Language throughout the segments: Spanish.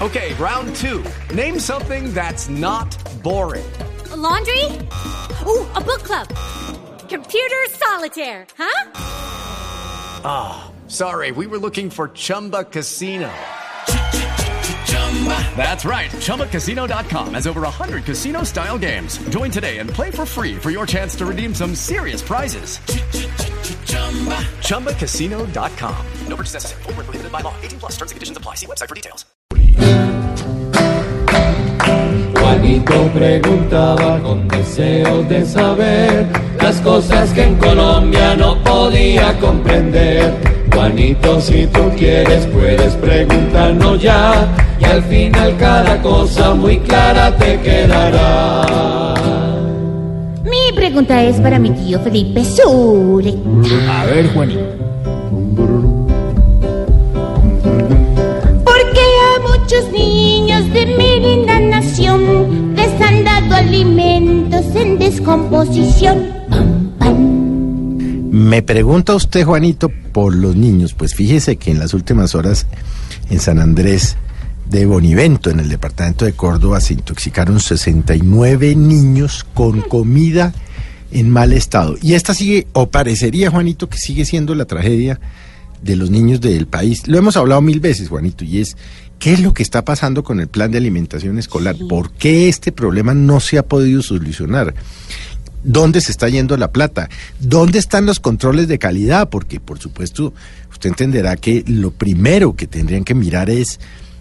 Okay, round two. Name something that's not boring. A laundry? Ooh, a book club. Computer solitaire, huh? Ah, sorry, we were looking for Chumba Casino. That's right, ChumbaCasino.com has over 100 casino-style games. Join today and play for free for your chance to redeem some serious prizes. ChumbaCasino.com. No purchase necessary. Void where prohibited by law. 18+ terms and conditions apply. See website for details. Juanito preguntaba con deseo de saber las cosas que en Colombia no podía comprender. Juanito, si tú quieres, puedes preguntarnos ya, y al final cada cosa muy clara te quedará. Mi pregunta es para mi tío Felipe Zuleta. A ver, Juanito. ¿Por qué a muchos niños de mi linda nación les han dado alimentos en descomposición? Pam, pam. Me pregunta usted, Juanito, por los niños. Pues fíjese que en las últimas horas en San Andrés de Bonivento, en el departamento de Córdoba, se intoxicaron 69 niños con comida en mal estado. Y esta sigue, o parecería, Juanito, que sigue siendo la tragedia de los niños del país. Lo hemos hablado 1000 veces, Juanito, y es, ¿qué es lo que está pasando con el plan de alimentación escolar? ¿Por qué este problema no se ha podido solucionar? ¿Dónde se está yendo la plata? ¿Dónde están los controles de calidad? Porque, por supuesto, usted entenderá que lo primero que tendrían que mirar es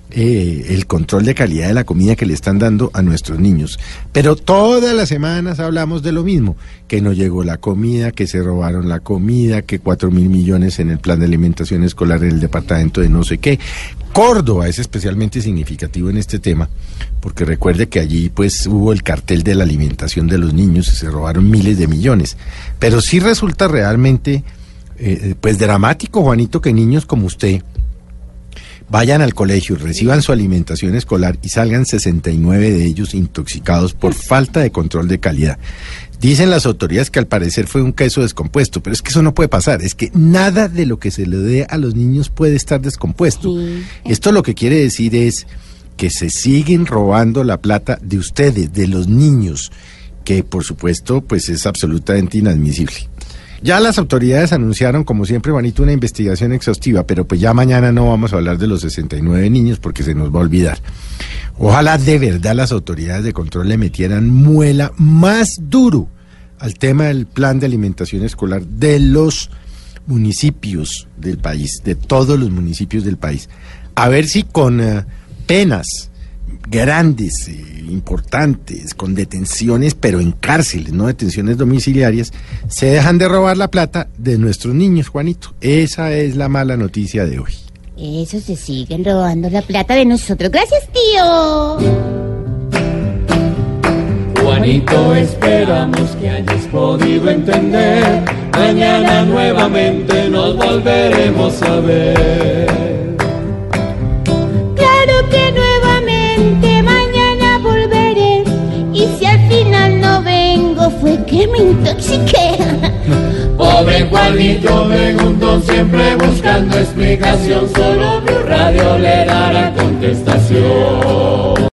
el control de calidad de la comida que le están dando a nuestros niños. Pero todas las semanas hablamos de lo mismo, que no llegó la comida, que se robaron la comida, que 4.000 millones en el plan de alimentación escolar en el departamento de no sé qué. Córdoba es especialmente significativo en este tema, porque recuerde que allí pues hubo el cartel de la alimentación de los niños y se robaron miles de millones. Pero sí resulta realmente pues dramático, Juanito, que niños como usted vayan al colegio, reciban su alimentación escolar y salgan 69 de ellos intoxicados por falta de control de calidad. Dicen las autoridades que al parecer fue un queso descompuesto, pero es que eso no puede pasar, es que nada de lo que se le dé a los niños puede estar descompuesto. Sí. Esto lo que quiere decir es que se siguen robando la plata de ustedes, de los niños, que por supuesto pues es absolutamente inadmisible. Ya las autoridades anunciaron, como siempre, Juanito, una investigación exhaustiva, pero pues ya mañana no vamos a hablar de los 69 niños porque se nos va a olvidar. Ojalá de verdad las autoridades de control le metieran muela más duro al tema del plan de alimentación escolar de los municipios del país, de todos los municipios del país. A ver si con penas grandes, importantes, con detenciones, pero en cárceles, no detenciones domiciliarias, se dejan de robar la plata de nuestros niños, Juanito. Esa es la mala noticia de hoy. Eso, se siguen robando la plata de nosotros. Gracias, tío. Juanito, esperamos que hayas podido entender. Mañana nuevamente nos volveremos a ver. Claro que nuevamente mañana volveré. Y si al final no vengo, fue que me intoxiqué. Pobre Juanito preguntó, siempre buscando explicación. Solo Blue Radio le dará contestación.